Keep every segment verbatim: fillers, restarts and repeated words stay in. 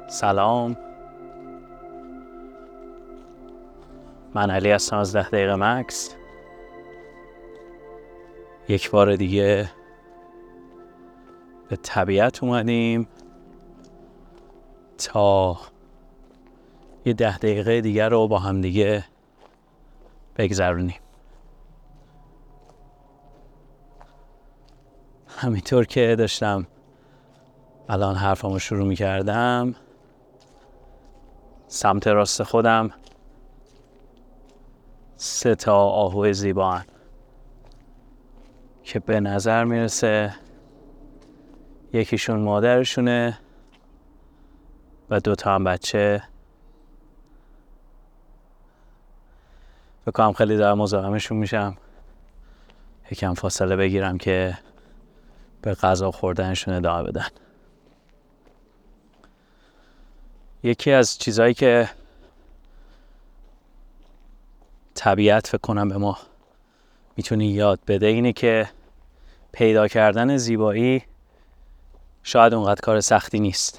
سلام، من علی هستم از ده دقیقه مکس. یک بار دیگه به طبیعت اومدیم تا یه ده دقیقه دیگه رو با هم دیگه بگذرونیم. همینطور که داشتم الان حرفمو شروع میکردم، سمت راست خودم سه تا آهوی زیبا هن که به نظر میرسه یکیشون مادرشونه و دوتا هم بچه. بکنم خیلی دارم مزاحمشون میشم، یکم فاصله بگیرم که به غذا خوردنشون ادامه بدن. یکی از چیزهایی که طبیعت فکر کنم به ما میتونی یاد بده اینه که پیدا کردن زیبایی شاید اونقدر کار سختی نیست.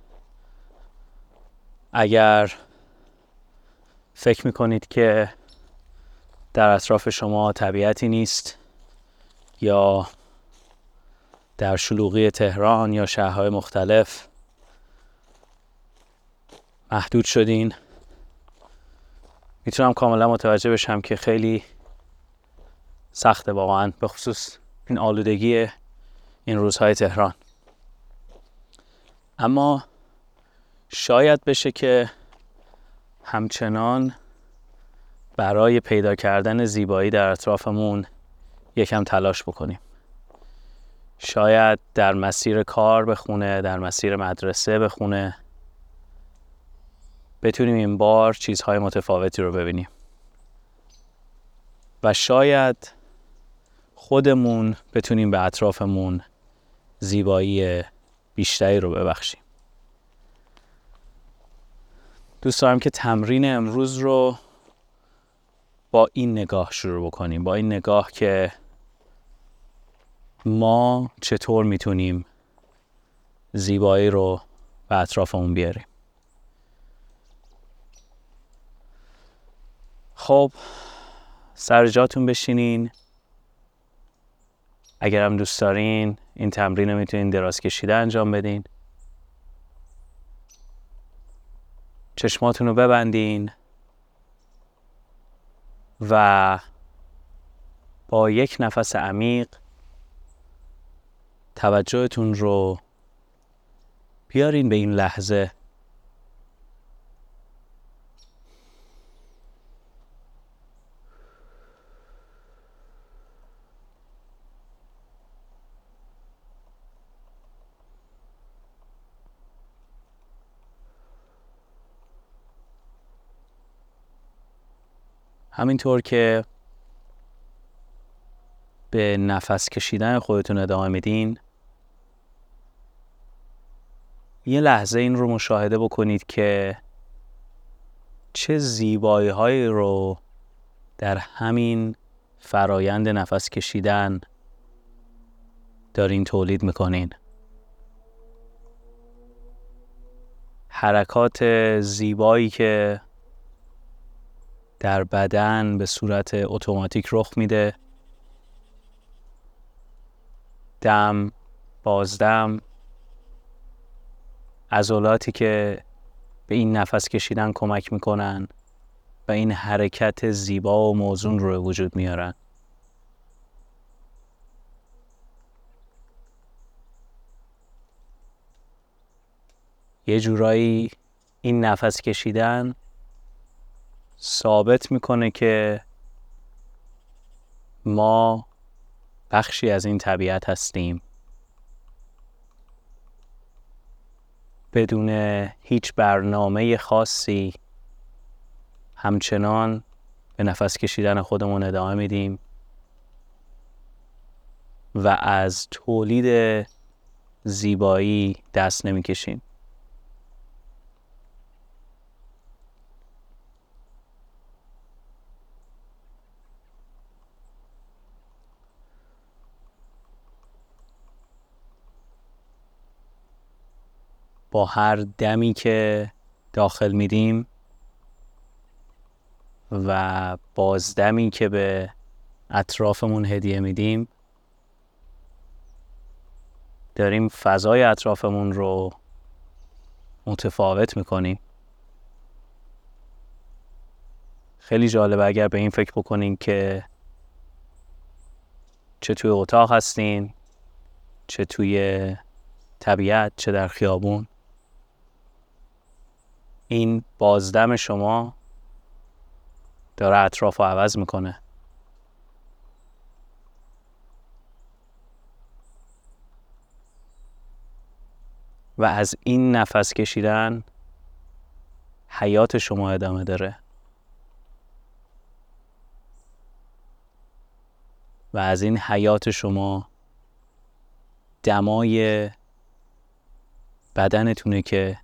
اگر فکر میکنید که در اطراف شما طبیعتی نیست یا در شلوغی تهران یا شهرهای مختلف محدود شدین، میتونم کاملا متوجه بشم که خیلی سخته واقعا، به خصوص این آلودگی این روزهای تهران. اما شاید بشه که همچنان برای پیدا کردن زیبایی در اطرافمون یکم تلاش بکنیم. شاید در مسیر کار بخونه، در مسیر مدرسه بخونه، بتونیم این بار چیزهای متفاوتی رو ببینیم و شاید خودمون بتونیم به اطرافمون زیبایی بیشتری رو ببخشیم. دوست دارم که تمرین امروز رو با این نگاه شروع بکنیم، با این نگاه که ما چطور میتونیم زیبایی رو به اطرافمون بیاریم. خب سر جاتون بشینین. اگر هم دوست دارین این تمرین رو میتونین دراز کشیده انجام بدین. چشماتون رو ببندین و با یک نفس عمیق توجهتون رو بیارین به این لحظه. همینطور که به نفس کشیدن خودتون ادامه میدین، یه لحظه این رو مشاهده بکنید که چه زیبایی هایی رو در همین فرایند نفس کشیدن دارین تولید میکنین. حرکات زیبایی که در بدن به صورت اتوماتیک رخ میده، دم، بازدم، عضلاتی که به این نفس کشیدن کمک میکنن و این حرکت زیبا و موزون رو وجود میارن. یه جورایی این نفس کشیدن ثابت میکنه که ما بخشی از این طبیعت هستیم، بدون هیچ برنامه خاصی همچنان به نفس کشیدن خودمون ادامه میدیم و از تولید زیبایی دست نمیکشیم. با هر دمی که داخل میدیم و بازدمی که به اطرافمون هدیه میدیم داریم فضای اطرافمون رو متفاوت میکنیم. خیلی جالبه اگر به این فکر بکنین که چه توی اتاق هستین، چه توی طبیعت، چه در خیابون، این بازدم شما داره اطراف رو عوض میکنه. و از این نفس کشیدن حیات شما ادامه داره و از این حیات شما دمای بدنتونه که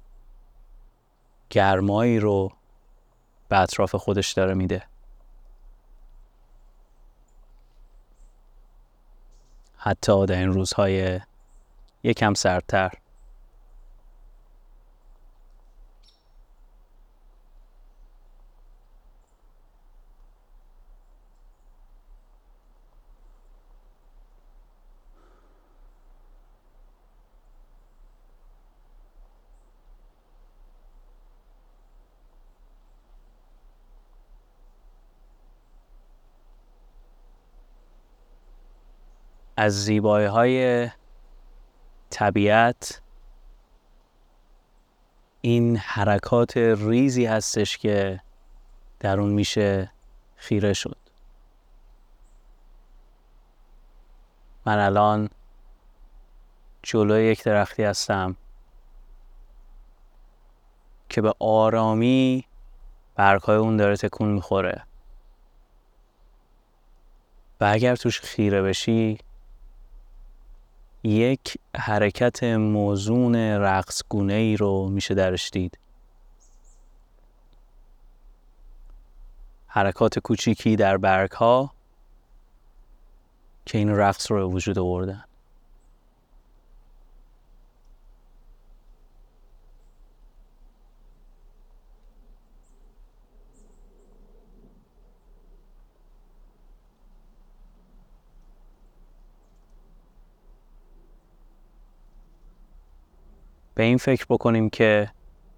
گرمایی رو به اطراف خودش داره میده. حتی در این روزهای یکم سردتر. از زیبایی‌های طبیعت این حرکات ریزی هستش که در اون میشه خیره شد. من الان جلوی یک درختی هستم که به آرامی برگ‌های اون داره تکون میخوره و اگر توش خیره بشی یک حرکت موزون رقصگونه‌ای رو میشه درش دید. حرکات کوچیکی در برگ‌ها که این رقص رو به وجود آوردن. به این فکر بکنیم که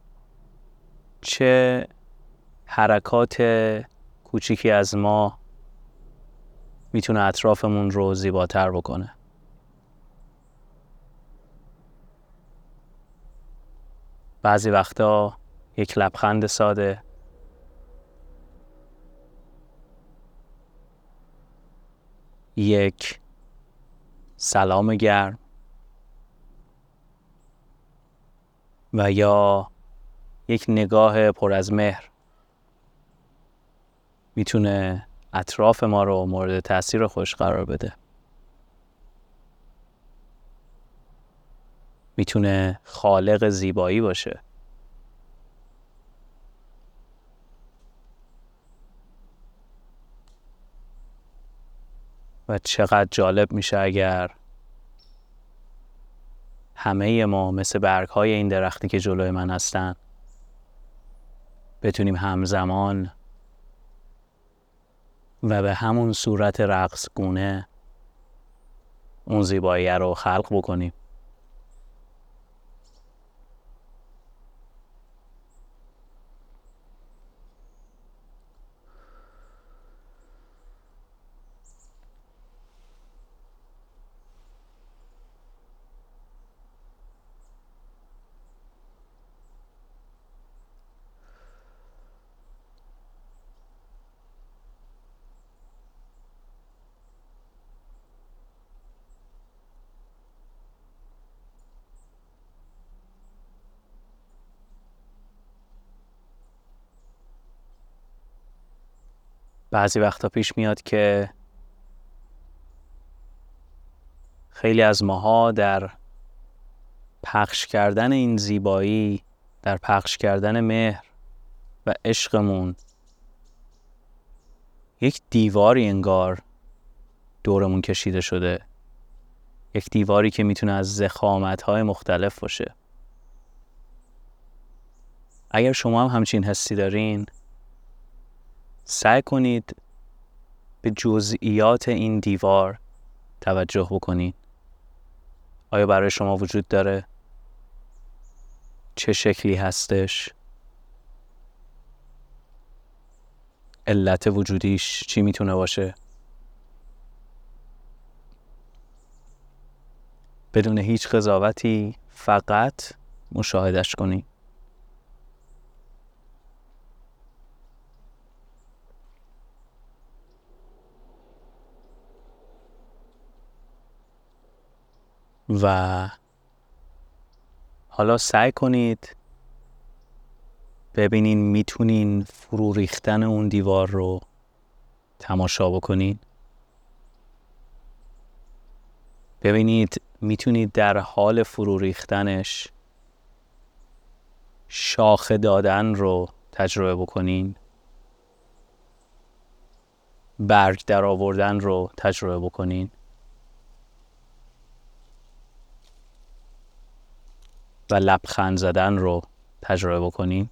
چه حرکات کوچیکی از ما میتونه اطرافمون رو زیباتر بکنه. بعضی وقتا یک لبخند ساده، یک سلام گرم و یا یک نگاه پر از مهر میتونه اطراف ما رو مورد تأثیر خوش قرار بده. میتونه خالق زیبایی باشه. و چقدر جالب میشه اگر همه ما مثل برگ‌های این درختی که جلوی من هستن بتونیم همزمان و به همون صورت رقصگونه اون زیبایی رو خلق بکنیم. بعضی وقتا پیش میاد که خیلی از ماها در پخش کردن این زیبایی، در پخش کردن مهر و عشقمون یک دیواری انگار دورمون کشیده شده. یک دیواری که میتونه از ضخامت‌های مختلف باشه. اگر شما هم همچین حسی دارین، سعی کنید به جزئیات این دیوار توجه بکنید. آیا برای شما وجود داره؟ چه شکلی هستش؟ علت وجودیش چی میتونه باشه؟ بدون هیچ قضاوتی فقط مشاهدش کنید. و حالا سعی کنید ببینین میتونین فرو ریختن اون دیوار رو تماشا بکنین. ببینید میتونید در حال فرو ریختنش شاخه دادن رو تجربه بکنین، برگ در آوردن رو تجربه بکنین و لبخند زدن رو تجربه بکنین.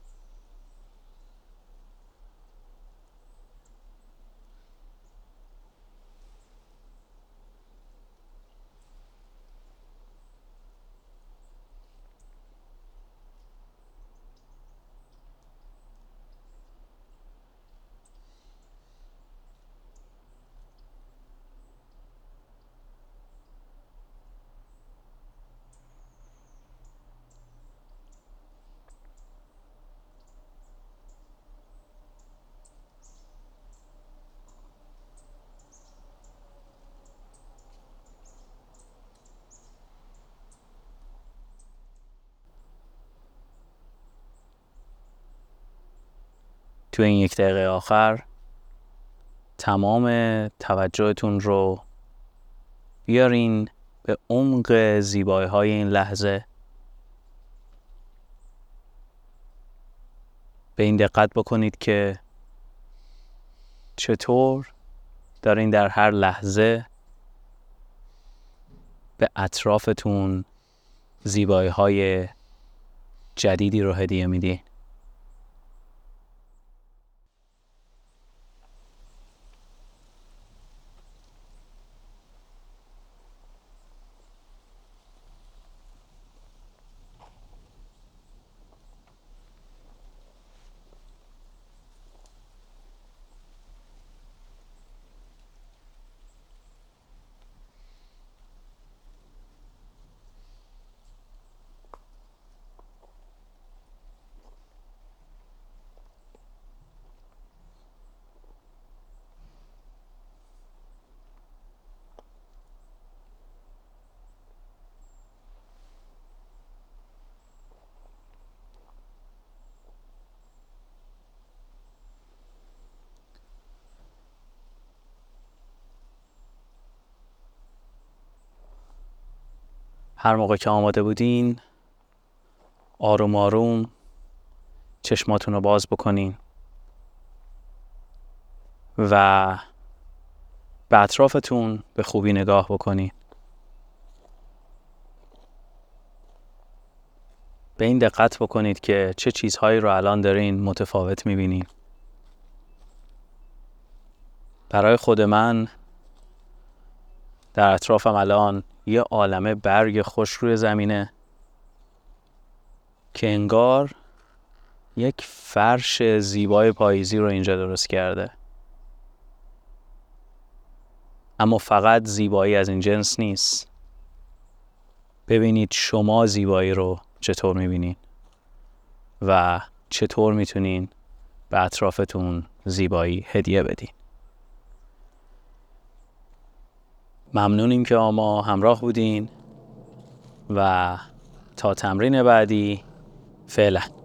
تو این یک دقیقه آخر تمام توجهتون رو بیارین به عمق زیبایی های این لحظه. به این دقت بکنید که چطور دارین در هر لحظه به اطرافتون زیبایی های جدیدی رو هدیه میدین. هر موقع که آماده بودین آروم آروم چشماتون رو باز بکنین و به اطرافتون به خوبی نگاه بکنین. به این دقت بکنید که چه چیزهایی رو الان دارین متفاوت میبینین. برای خود من در اطرافم الان یه عالمه برگ خوش روی زمینه که انگار یک فرش زیبای پاییزی رو اینجا درست کرده. اما فقط زیبایی از این جنس نیست. ببینید شما زیبایی رو چطور میبینید و چطور میتونین به اطرافتون زیبایی هدیه بدین. ممنونیم که ما همراه بودین و تا تمرین بعدی فعلا.